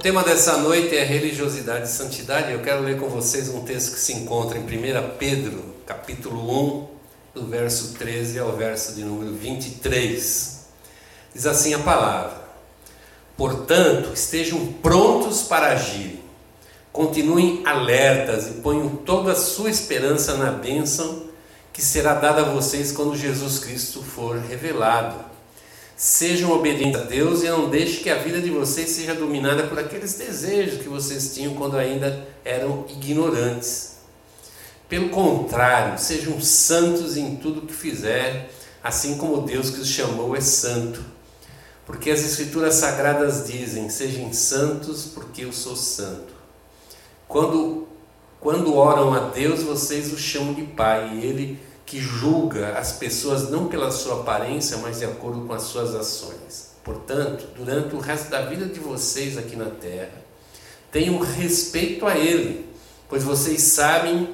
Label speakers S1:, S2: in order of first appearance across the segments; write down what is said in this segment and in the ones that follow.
S1: tema dessa noite é religiosidade e santidade. Eu quero ler com vocês um texto que se encontra em 1 Pedro, capítulo 1, do verso 13 ao verso de número 23. Diz assim a palavra: portanto, estejam prontos para agir, continuem alertas e ponham toda a sua esperança na bênção que será dada a vocês quando Jesus Cristo for revelado. Sejam obedientes a Deus e não deixem que a vida de vocês seja dominada por aqueles desejos que vocês tinham quando ainda eram ignorantes. Pelo contrário, sejam santos em tudo o que fizerem, assim como Deus que os chamou é santo. Porque as Escrituras Sagradas dizem: sejam santos porque eu sou santo. Quando oram a Deus, vocês o chamam de Pai, e Ele que julga as pessoas não pela sua aparência, mas de acordo com as suas ações. Portanto, durante o resto da vida de vocês aqui na terra, tenham respeito a Ele, pois vocês sabem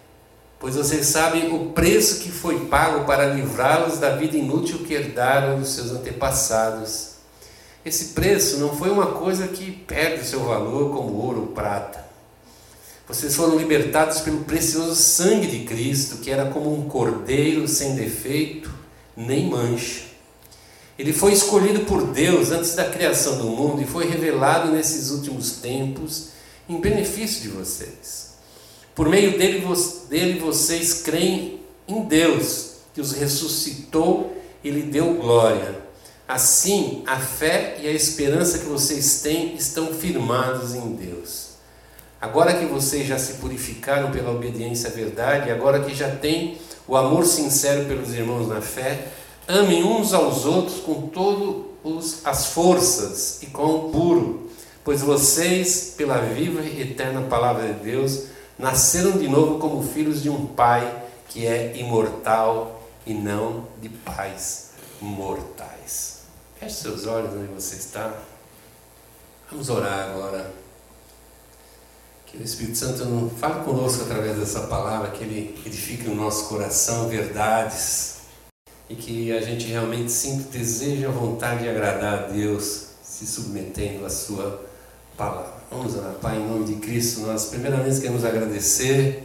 S1: o preço que foi pago para livrá-los da vida inútil que herdaram dos seus antepassados. Esse preço não foi uma coisa que perde o seu valor como ouro ou prata. Vocês foram libertados pelo precioso sangue de Cristo, que era como um cordeiro sem defeito nem mancha. Ele foi escolhido por Deus antes da criação do mundo e foi revelado nesses últimos tempos em benefício de vocês. Por meio dele vocês creem em Deus, que os ressuscitou e lhe deu glória. Assim, a fé e a esperança que vocês têm estão firmados em Deus. Agora que vocês já se purificaram pela obediência à verdade, agora que já têm o amor sincero pelos irmãos na fé, amem uns aos outros com todas as forças e com o puro, pois vocês, pela viva e eterna palavra de Deus, nasceram de novo como filhos de um Pai que é imortal e não de pais mortais. Feche seus olhos onde você está. Vamos orar agora. Que o Espírito Santo fale conosco através dessa palavra, que Ele edifique no nosso coração verdades e que a gente realmente sinta o desejo e a vontade de agradar a Deus, se submetendo à Sua palavra. Vamos orar. Pai, em nome de Cristo, nós primeiramente queremos agradecer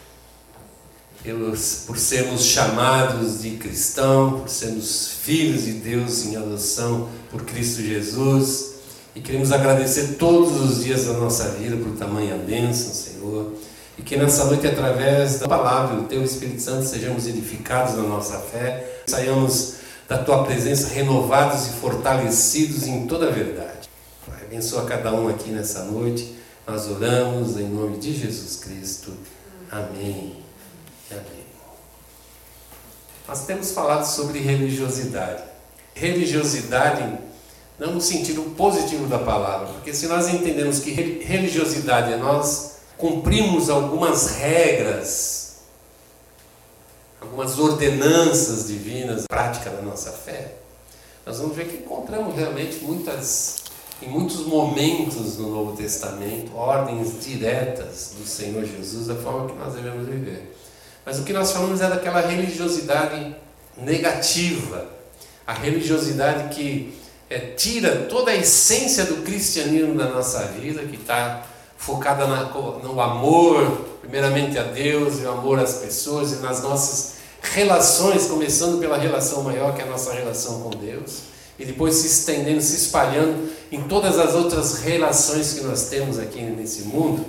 S1: por sermos chamados de cristão, por sermos filhos de Deus em adoção por Cristo Jesus. E queremos agradecer todos os dias da nossa vida por tamanha bênção, Senhor. E que nessa noite, através da palavra do Teu Espírito Santo, sejamos edificados na nossa fé, saiamos da Tua presença renovados e fortalecidos em toda a verdade. Pai, abençoa cada um aqui nessa noite. Nós oramos em nome de Jesus Cristo. Amém. Amém. Nós temos falado sobre religiosidade. Religiosidade não no sentido positivo da palavra, porque se nós entendemos que religiosidade é nós cumprimos algumas regras, algumas ordenanças divinas, prática da nossa fé, nós vamos ver que encontramos realmente em muitos momentos no Novo Testamento, ordens diretas do Senhor Jesus da forma que nós devemos viver. Mas o que nós falamos é daquela religiosidade negativa, a religiosidade que tira toda a essência do cristianismo da nossa vida, que está focada no amor, primeiramente a Deus, e o amor às pessoas e nas nossas relações, começando pela relação maior, que é a nossa relação com Deus, e depois se estendendo, se espalhando em todas as outras relações que nós temos aqui nesse mundo.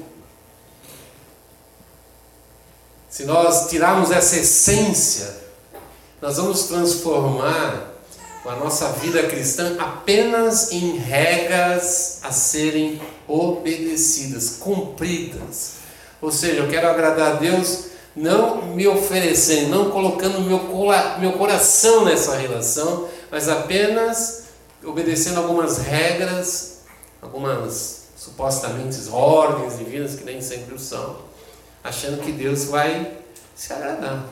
S1: Se nós tirarmos essa essência, nós vamos transformar a nossa vida cristã apenas em regras a serem obedecidas, cumpridas. Ou seja, eu quero agradar a Deus não me oferecendo, não colocando meu coração nessa relação, mas apenas obedecendo algumas regras, algumas supostamente ordens divinas que nem sempre o são, achando que Deus vai se agradar.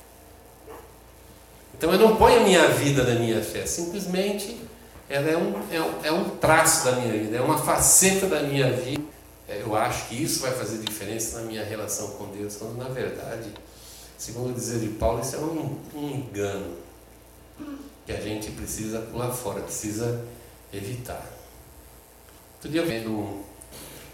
S1: Então eu não ponho a minha vida na minha fé, simplesmente ela é um traço da minha vida, é uma faceta da minha vida. Eu acho que isso vai fazer diferença na minha relação com Deus, quando na verdade, segundo o dizer de Paulo, isso é um engano que a gente precisa pular fora, precisa evitar. Outro dia eu vendo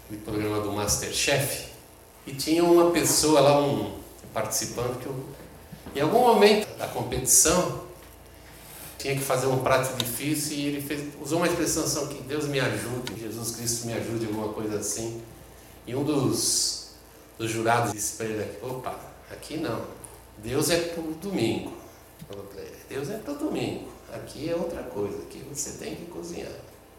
S1: do programa do MasterChef, e tinha uma pessoa lá, um participante, em algum momento da competição tinha que fazer um prato difícil e ele usou uma expressão que Deus me ajude, Jesus Cristo me ajude, alguma coisa assim. E um dos jurados disse para ele: opa, aqui não, Deus é para o domingo. Deus é para o domingo, aqui é outra coisa, aqui você tem que cozinhar.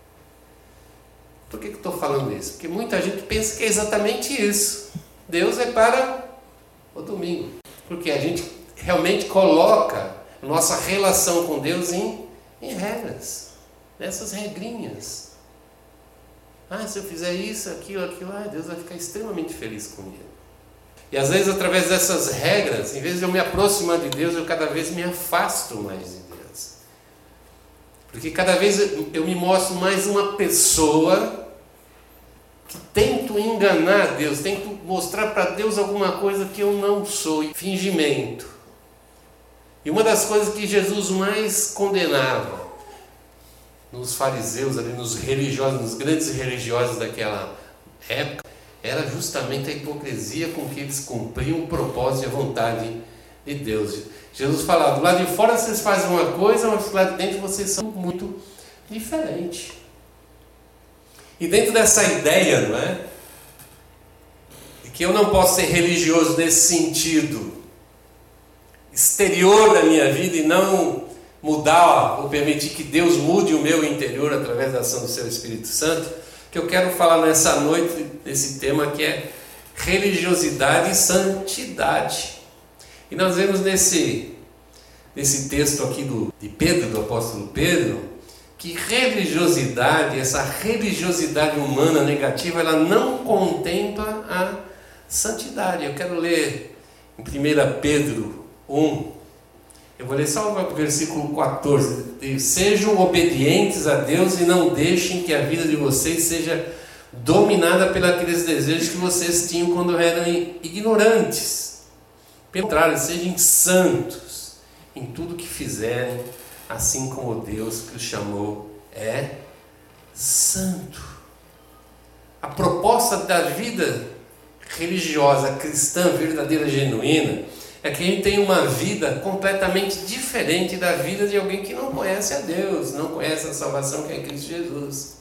S1: Por que eu estou falando isso? Porque muita gente pensa que é exatamente isso. Deus é para o domingo. Porque a gente realmente coloca nossa relação com Deus em regras, nessas regrinhas. Se eu fizer isso, aquilo, Deus vai ficar extremamente feliz comigo. E às vezes, através dessas regras, em vez de eu me aproximar de Deus, eu cada vez me afasto mais de Deus. Porque cada vez eu me mostro mais uma pessoa que tento enganar Deus, tento mostrar para Deus alguma coisa que eu não sou, fingimento. E uma das coisas que Jesus mais condenava nos fariseus, ali, nos religiosos, nos grandes religiosos daquela época, era justamente a hipocrisia com que eles cumpriam o propósito e a vontade de Deus. Jesus falava: do lado de fora vocês fazem uma coisa, mas do lado de dentro vocês são muito diferentes. E dentro dessa ideia, não é? De que eu não posso ser religioso nesse sentido exterior da minha vida e não mudar ou permitir que Deus mude o meu interior através da ação do seu Espírito Santo, que eu quero falar nessa noite desse tema que é religiosidade e santidade. E nós vemos nesse texto aqui de Pedro, do apóstolo Pedro, que religiosidade, essa religiosidade humana negativa, ela não contempla a santidade. Eu quero ler em 1 Pedro 1, eu vou ler só o versículo 14. Diz: sejam obedientes a Deus e não deixem que a vida de vocês seja dominada pelos desejos que vocês tinham quando eram ignorantes. Pelo contrário, sejam santos em tudo que fizerem, assim como Deus que os chamou é santo. A proposta da vida religiosa, cristã, verdadeira, genuína, é que a gente tem uma vida completamente diferente da vida de alguém que não conhece a Deus, não conhece a salvação que é Cristo Jesus.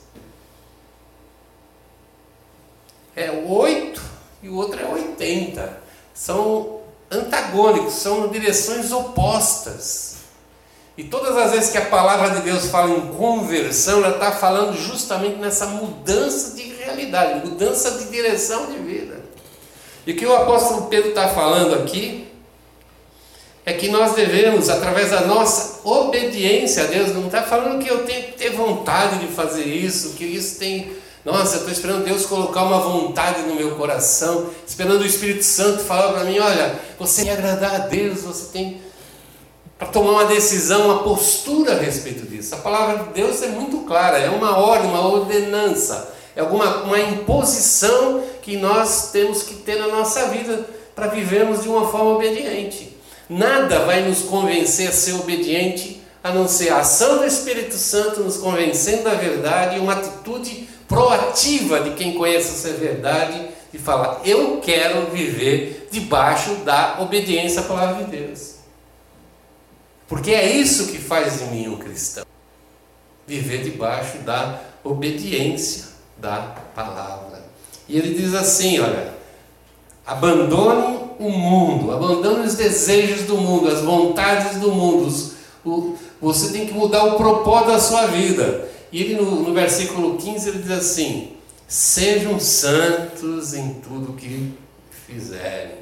S1: É 8 e o outro é 80. São antagônicos, são direções opostas. E todas as vezes que a palavra de Deus fala em conversão, ela está falando justamente nessa mudança de realidade, mudança de direção de vida. E o que o apóstolo Pedro está falando aqui é que nós devemos, através da nossa obediência a Deus, não está falando que eu tenho que ter vontade de fazer isso, que isso tem... Nossa, eu estou esperando Deus colocar uma vontade no meu coração, esperando o Espírito Santo falar para mim: olha, você quer agradar a Deus, você tem para tomar uma decisão, uma postura a respeito disso. A palavra de Deus é muito clara, é uma ordem, uma ordenança, é uma imposição que nós temos que ter na nossa vida para vivermos de uma forma obediente. Nada vai nos convencer a ser obediente, a não ser a ação do Espírito Santo nos convencendo da verdade e uma atitude proativa de quem conhece essa verdade, de falar: eu quero viver debaixo da obediência à palavra de Deus. Porque é isso que faz de mim um cristão. Viver debaixo da obediência da palavra. E ele diz assim, olha: abandone o mundo, abandone os desejos do mundo, as vontades do mundo. Você tem que mudar o propósito da sua vida. E ele no versículo 15 ele diz assim: sejam santos em tudo que fizerem.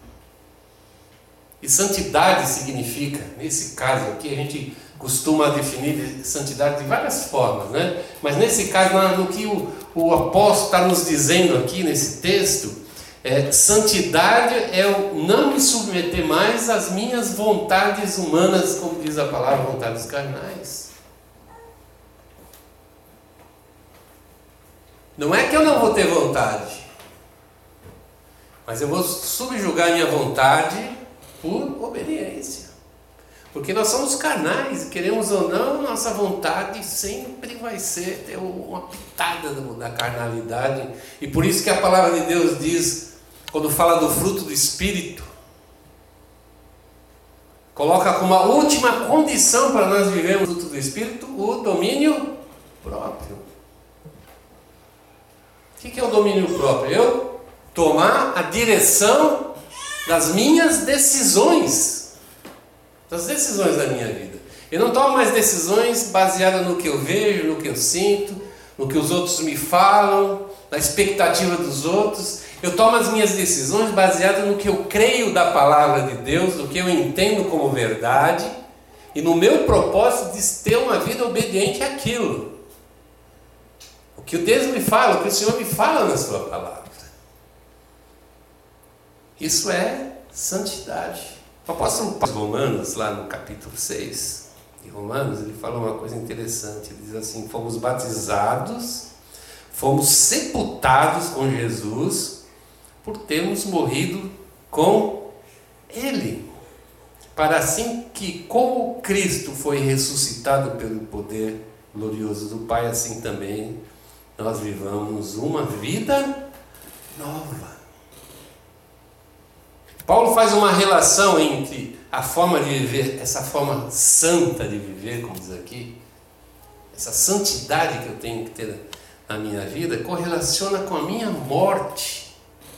S1: E santidade significa, nesse caso aqui, a gente costuma definir santidade de várias formas, né? Mas nesse caso, no que o apóstolo está nos dizendo aqui nesse texto, santidade é eu não me submeter mais às minhas vontades humanas, como diz a palavra, vontades carnais. Não é que eu não vou ter vontade, mas eu vou subjugar minha vontade por obediência. Porque nós somos carnais, queremos ou não, nossa vontade sempre vai ser ter uma pitada da carnalidade. E por isso que a palavra de Deus diz, quando fala do fruto do Espírito, coloca como a última condição para nós vivermos o fruto do Espírito, o domínio próprio. O que é o domínio próprio? Eu tomar a direção das minhas decisões. Das decisões da minha vida. Eu não tomo mais decisões baseadas no que eu vejo, no que eu sinto, no que os outros me falam, na expectativa dos outros. Eu tomo as minhas decisões baseadas no que eu creio da palavra de Deus, no que eu entendo como verdade e no meu propósito de ter uma vida obediente àquilo. O que Deus me fala, o que o Senhor me fala na sua palavra. Isso é santidade. O apóstolo Romanos, lá no capítulo 6 de Romanos, ele fala uma coisa interessante. Ele diz assim: fomos batizados, fomos sepultados com Jesus, por termos morrido com Ele. Para assim que, como Cristo foi ressuscitado pelo poder glorioso do Pai, assim também nós vivamos uma vida nova. Paulo faz uma relação entre a forma de viver, essa forma santa de viver, como diz aqui, essa santidade que eu tenho que ter na minha vida, correlaciona com a minha morte.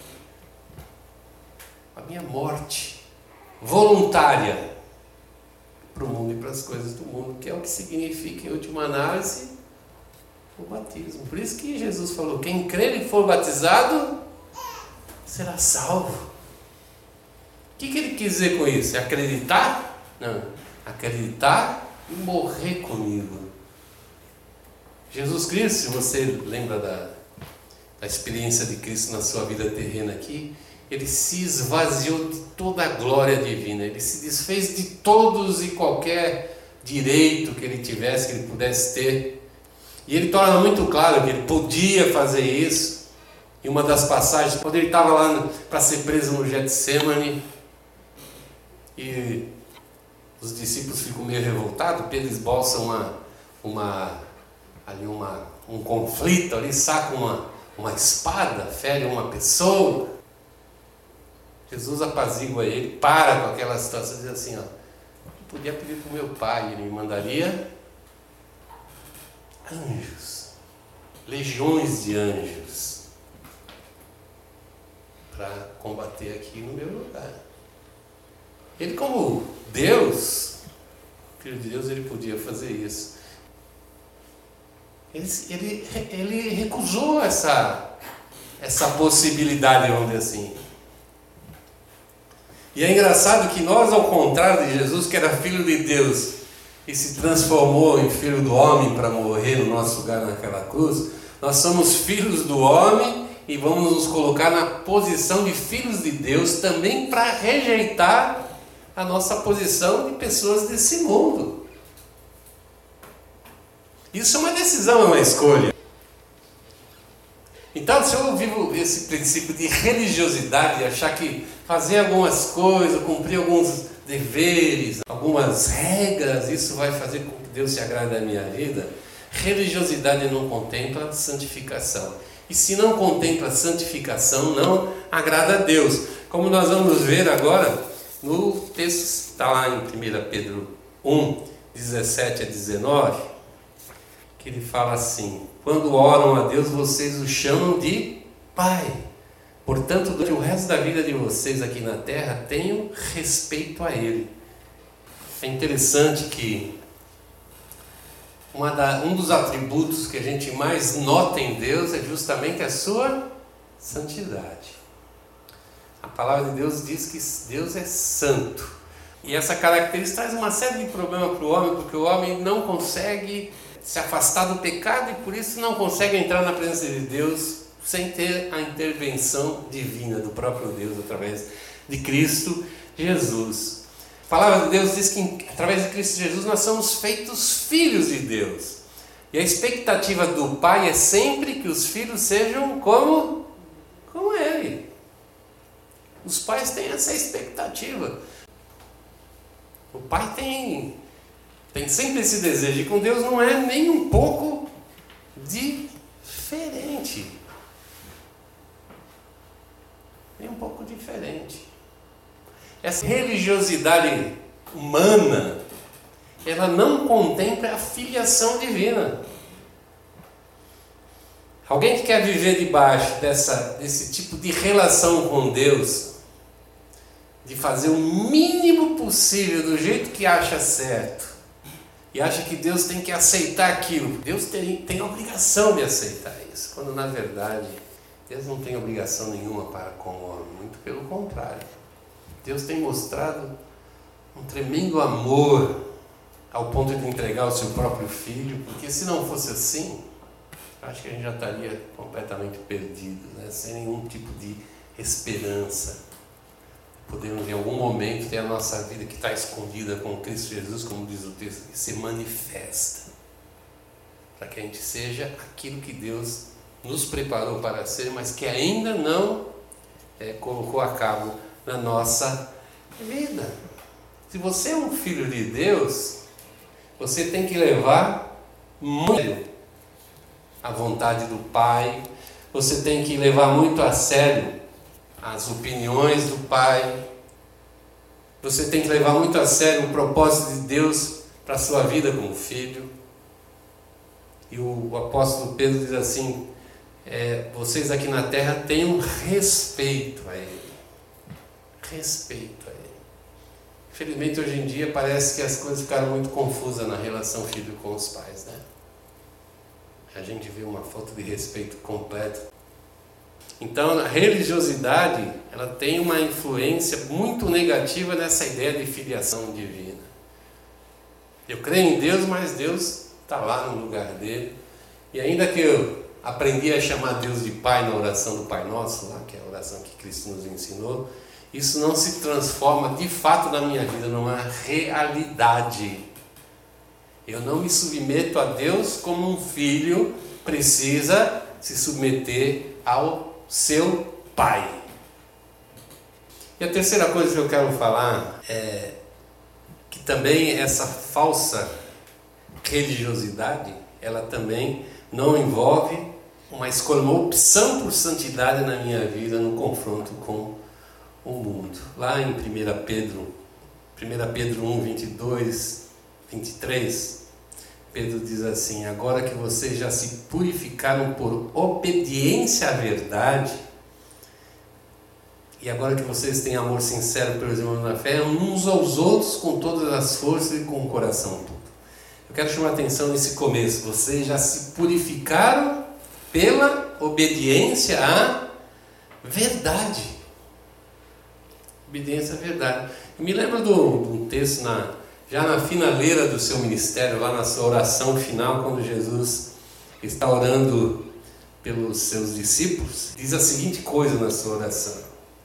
S1: A minha morte voluntária para o mundo e para as coisas do mundo, que é o que significa, em última análise, o batismo. Por isso que Jesus falou: quem crer e for batizado será salvo. O que ele quis dizer com isso? É acreditar? Não. Acreditar e morrer comigo. Jesus Cristo, se você lembra da experiência de Cristo na sua vida terrena aqui, ele se esvaziou de toda a glória divina. Ele se desfez de todos e qualquer direito que ele tivesse, que ele pudesse ter. E ele torna muito claro que ele podia fazer isso. Em uma das passagens, quando ele estava lá para ser preso no Getsemane, e os discípulos ficam meio revoltados, Pedro esboça um conflito ali, saca uma espada, fere uma pessoa. Jesus apazigua ele, para com aquela situação e diz assim: ó, eu podia pedir para o meu pai, ele me mandaria anjos, legiões de anjos, para combater aqui no meu lugar. Ele, como Deus, Filho de Deus, ele podia fazer isso. Ele recusou essa possibilidade, vamos dizer assim. E é engraçado que nós, ao contrário de Jesus, que era Filho de Deus e se transformou em Filho do homem para morrer no nosso lugar naquela cruz, nós somos filhos do homem e vamos nos colocar na posição de filhos de Deus também para rejeitar a nossa posição de pessoas desse mundo. Isso é uma decisão, é uma escolha. Então, se eu vivo esse princípio de religiosidade, achar que fazer algumas coisas, cumprir alguns deveres, algumas regras, isso vai fazer com que Deus se agrade da minha vida, religiosidade não contempla santificação. E se não contempla santificação, não agrada a Deus. Como nós vamos ver agora no texto, está lá em 1 Pedro 1, 17 a 19, que ele fala assim: quando oram a Deus, vocês o chamam de Pai. Portanto, durante o resto da vida de vocês aqui na terra, tenham respeito a Ele. É interessante que um dos atributos que a gente mais nota em Deus é justamente a sua santidade. A palavra de Deus diz que Deus é santo. E essa característica traz uma série de problemas para o homem, porque o homem não consegue se afastar do pecado e por isso não consegue entrar na presença de Deus sem ter a intervenção divina do próprio Deus através de Cristo Jesus. A palavra de Deus diz que através de Cristo Jesus nós somos feitos filhos de Deus. E a expectativa do Pai é sempre que os filhos sejam como Ele. Os pais têm essa expectativa. O pai tem sempre esse desejo, e com Deus não é nem um pouco diferente. Nem um pouco diferente. Essa religiosidade humana, ela não contempla a filiação divina. Alguém que quer viver debaixo desse tipo de relação com Deus, de fazer o mínimo possível do jeito que acha certo, e acha que Deus tem que aceitar aquilo, Deus tem a obrigação de aceitar isso, quando na verdade Deus não tem obrigação nenhuma para com o homem, muito pelo contrário. Deus tem mostrado um tremendo amor ao ponto de entregar o seu próprio filho, porque se não fosse assim, acho que a gente já estaria completamente perdido, né? Sem nenhum tipo de esperança. Podemos em algum momento ter a nossa vida que está escondida com Cristo Jesus, como diz o texto, que se manifesta, para que a gente seja aquilo que Deus nos preparou para ser, mas que ainda não colocou a cabo na nossa vida. Se você é um filho de Deus, você tem que levar muito a vontade do Pai, você tem que levar muito a sério as opiniões do Pai, você tem que levar muito a sério o propósito de Deus para a sua vida como filho. E o apóstolo Pedro diz assim, vocês aqui na terra tenham respeito a Ele. Respeito a Ele. Infelizmente hoje em dia parece que as coisas ficaram muito confusas na relação filho com os pais, né? A gente vê uma falta de respeito completo. Então a religiosidade, ela tem uma influência muito negativa nessa ideia de filiação divina. Eu creio em Deus, mas Deus está lá no lugar dele. E ainda que eu aprendi a chamar Deus de Pai na oração do Pai Nosso, lá, que é a oração que Cristo nos ensinou, isso não se transforma de fato na minha vida numa realidade. Eu não me submeto a Deus como um filho precisa se submeter ao seu pai. E a terceira coisa que eu quero falar é que também essa falsa religiosidade, ela também não envolve uma escolha, uma opção por santidade na minha vida no confronto com o mundo. Lá em 1 Pedro 1, 22, 23, Pedro diz assim: agora que vocês já se purificaram por obediência à verdade, e agora que vocês têm amor sincero pelos irmãos na fé, uns aos outros com todas as forças e com o coração puro. Eu quero chamar a atenção nesse começo. Vocês já se purificaram pela obediência à verdade. Obediência à verdade. Eu me lembro de um texto já na finaleira do seu ministério, lá na sua oração final, quando Jesus está orando pelos seus discípulos, diz a seguinte coisa na sua oração: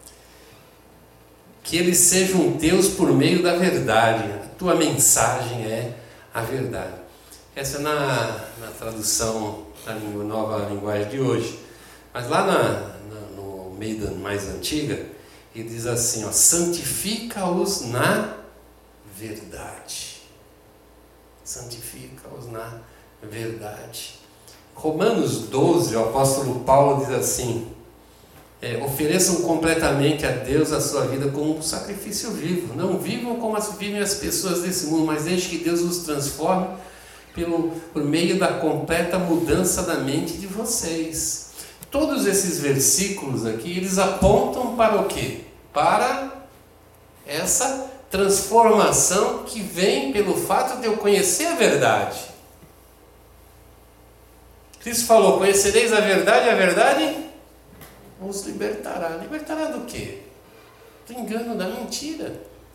S1: que eles sejam teus por meio da verdade, a tua mensagem é a verdade. Essa é na tradução da nova linguagem de hoje, mas lá no meio da mais antiga, ele diz assim, santifica-os na verdade. Santifica-os na verdade. Romanos 12, o apóstolo Paulo diz assim, ofereçam completamente a Deus a sua vida como um sacrifício vivo. Não vivam como vivem as pessoas desse mundo, mas deixe que Deus os transforme por meio da completa mudança da mente de vocês. Todos esses versículos aqui, eles apontam para o quê? Para essa transformação que vem pelo fato de eu conhecer a verdade. Cristo falou, conhecereis a verdade e a verdade os libertará. Libertará do quê? Do engano, da mentira.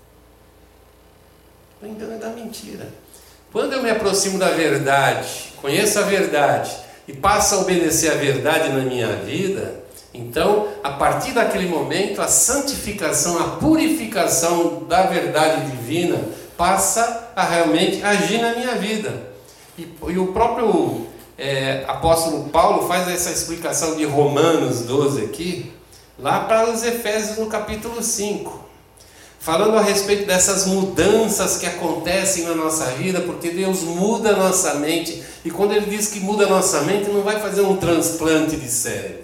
S1: Do engano e da mentira. Quando eu me aproximo da verdade, conheço a verdade e passo a obedecer a verdade na minha vida, então, a partir daquele momento, a santificação, a purificação da verdade divina passa a realmente agir na minha vida. E o próprio apóstolo Paulo faz essa explicação de Romanos 12 aqui, lá para os Efésios no capítulo 5. falando a respeito dessas mudanças que acontecem na nossa vida, porque Deus muda a nossa mente, e quando Ele diz que muda a nossa mente, não vai fazer um transplante de cérebro.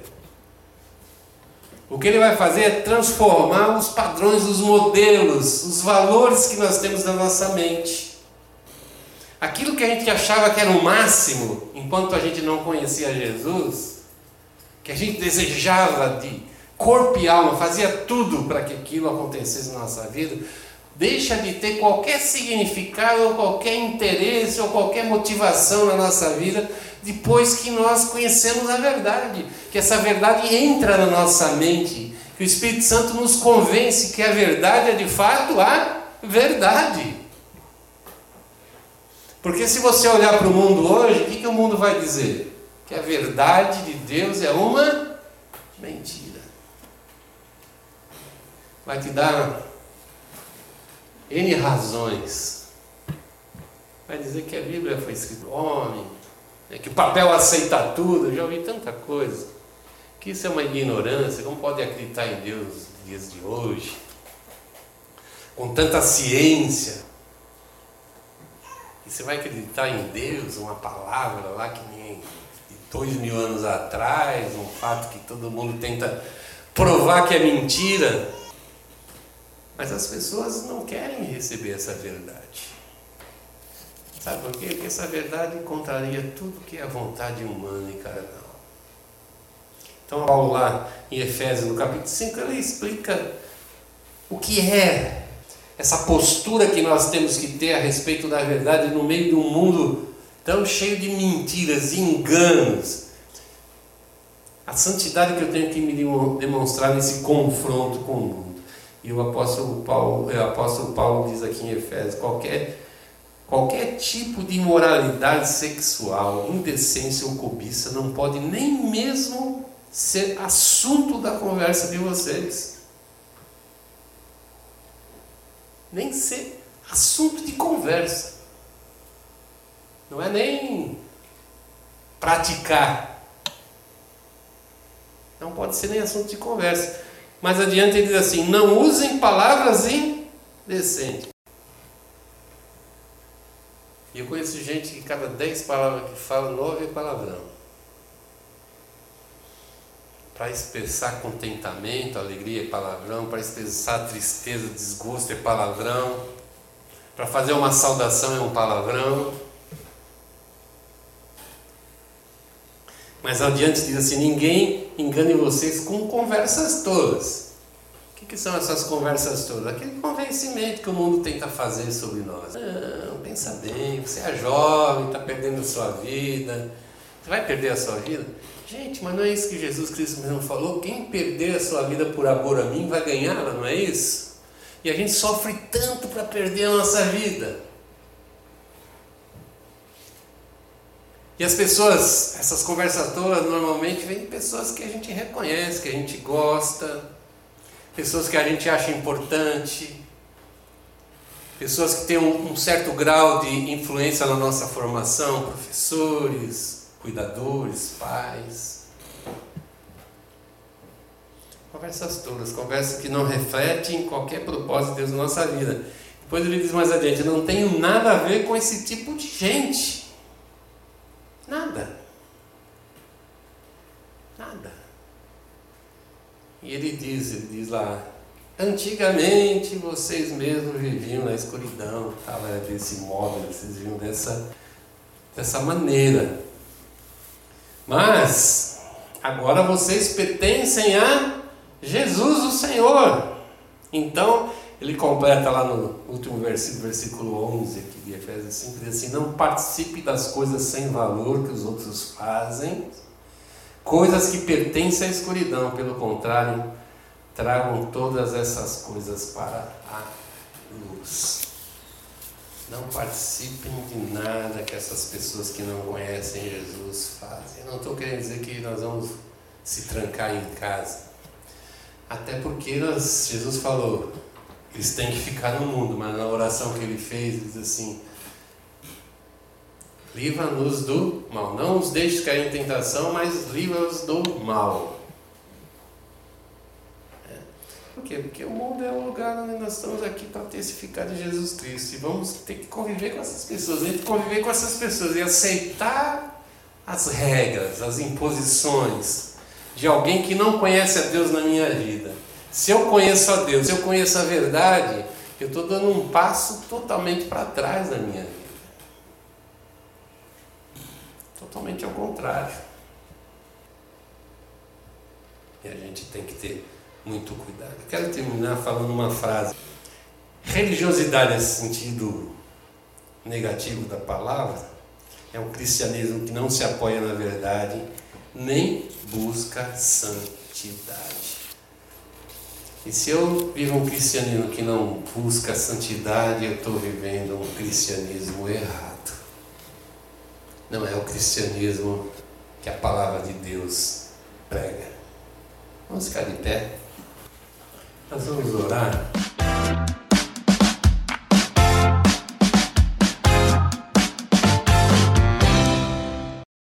S1: O que Ele vai fazer é transformar os padrões, os modelos, os valores que nós temos na nossa mente. Aquilo que a gente achava que era o máximo, enquanto a gente não conhecia Jesus, que a gente desejava de corpo e alma, fazia tudo para que aquilo acontecesse na nossa vida, deixa de ter qualquer significado, ou qualquer interesse, ou qualquer motivação na nossa vida, depois que nós conhecemos a verdade, que essa verdade entra na nossa mente, que o Espírito Santo nos convence que a verdade é de fato a verdade. Porque se você olhar para o mundo hoje, o que o mundo vai dizer? Que a verdade de Deus é uma mentira. Vai te dar N razões. Vai dizer que a Bíblia foi escrita por homem, que o papel aceita tudo. Eu já ouvi tanta coisa. Que isso é uma ignorância. Como pode acreditar em Deus nos dias de hoje? Com tanta ciência. E você vai acreditar em Deus, uma palavra lá que nem de 2000 anos atrás, um fato que todo mundo tenta provar que é mentira. Mas as pessoas não querem receber essa verdade. Sabe por quê? Porque essa verdade contraria tudo que é a vontade humana e carnal. Então Paulo lá em Efésios, no capítulo 5, ele explica o que é essa postura que nós temos que ter a respeito da verdade no meio de um mundo tão cheio de mentiras e enganos. A santidade que eu tenho que me demonstrar nesse confronto com o mundo. E o apóstolo Paulo diz aqui em Efésios, qualquer tipo de imoralidade sexual, indecência ou cobiça não pode nem mesmo ser assunto da conversa de vocês. Nem ser assunto de conversa. Não é nem praticar. Não pode ser nem assunto de conversa. Mais adiante ele diz assim, não usem palavras indecentes. E eu conheço gente que cada 10 palavras que fala, 9 é palavrão. Para expressar contentamento, alegria é palavrão. Para expressar tristeza, desgosto é palavrão. Para fazer uma saudação é um palavrão. Mas adiante diz assim, ninguém engane vocês com conversas tolas. O que são essas conversas tolas? Aquele convencimento que o mundo tenta fazer sobre nós. Não, pensa bem, você é jovem, está perdendo a sua vida. Você vai perder a sua vida? Gente, mas não é isso que Jesus Cristo mesmo falou? Quem perder a sua vida por amor a mim vai ganhá-la, não é isso? E a gente sofre tanto para perder a nossa vida. E as pessoas, essas conversas todas, normalmente vêm de pessoas que a gente reconhece, que a gente gosta, pessoas que a gente acha importante, pessoas que têm um certo grau de influência na nossa formação, professores, cuidadores, pais. Conversas todas, conversas que não refletem qualquer propósito de Deus na nossa vida. Depois ele diz mais adiante, não tenho nada a ver com esse tipo de gente. Nada. E ele diz lá, antigamente vocês mesmos viviam na escuridão, estava desse modo, vocês viviam dessa maneira. Mas agora vocês pertencem a Jesus o Senhor. Então ele completa lá no último versículo 11 aqui de Efésios 5, diz assim, não participe das coisas sem valor que os outros fazem, coisas que pertencem à escuridão, pelo contrário, tragam todas essas coisas para a luz. Não participem de nada que essas pessoas que não conhecem Jesus fazem. Eu não estou querendo dizer que nós vamos se trancar em casa, até porque Jesus falou, eles têm que ficar no mundo, mas na oração que ele fez, ele diz assim, livra-nos do mal, não os deixes cair em tentação, mas livra-nos do mal. Por quê? Porque o mundo é o lugar onde nós estamos aqui para testificar de Jesus Cristo. E vamos ter que conviver com essas pessoas. A gente conviver com essas pessoas e aceitar as regras, as imposições de alguém que não conhece a Deus na minha vida. Se eu conheço a Deus, se eu conheço a verdade, eu estou dando um passo totalmente para trás da minha vida. Totalmente ao contrário. E a gente tem que ter muito cuidado. Eu quero terminar falando uma frase. Religiosidade, nesse sentido negativo da palavra, é um cristianismo que não se apoia na verdade, nem busca santidade. E se eu vivo um cristianismo que não busca santidade, eu estou vivendo um cristianismo errado. Não é o cristianismo que a palavra de Deus prega. Vamos ficar de pé. Nós vamos orar.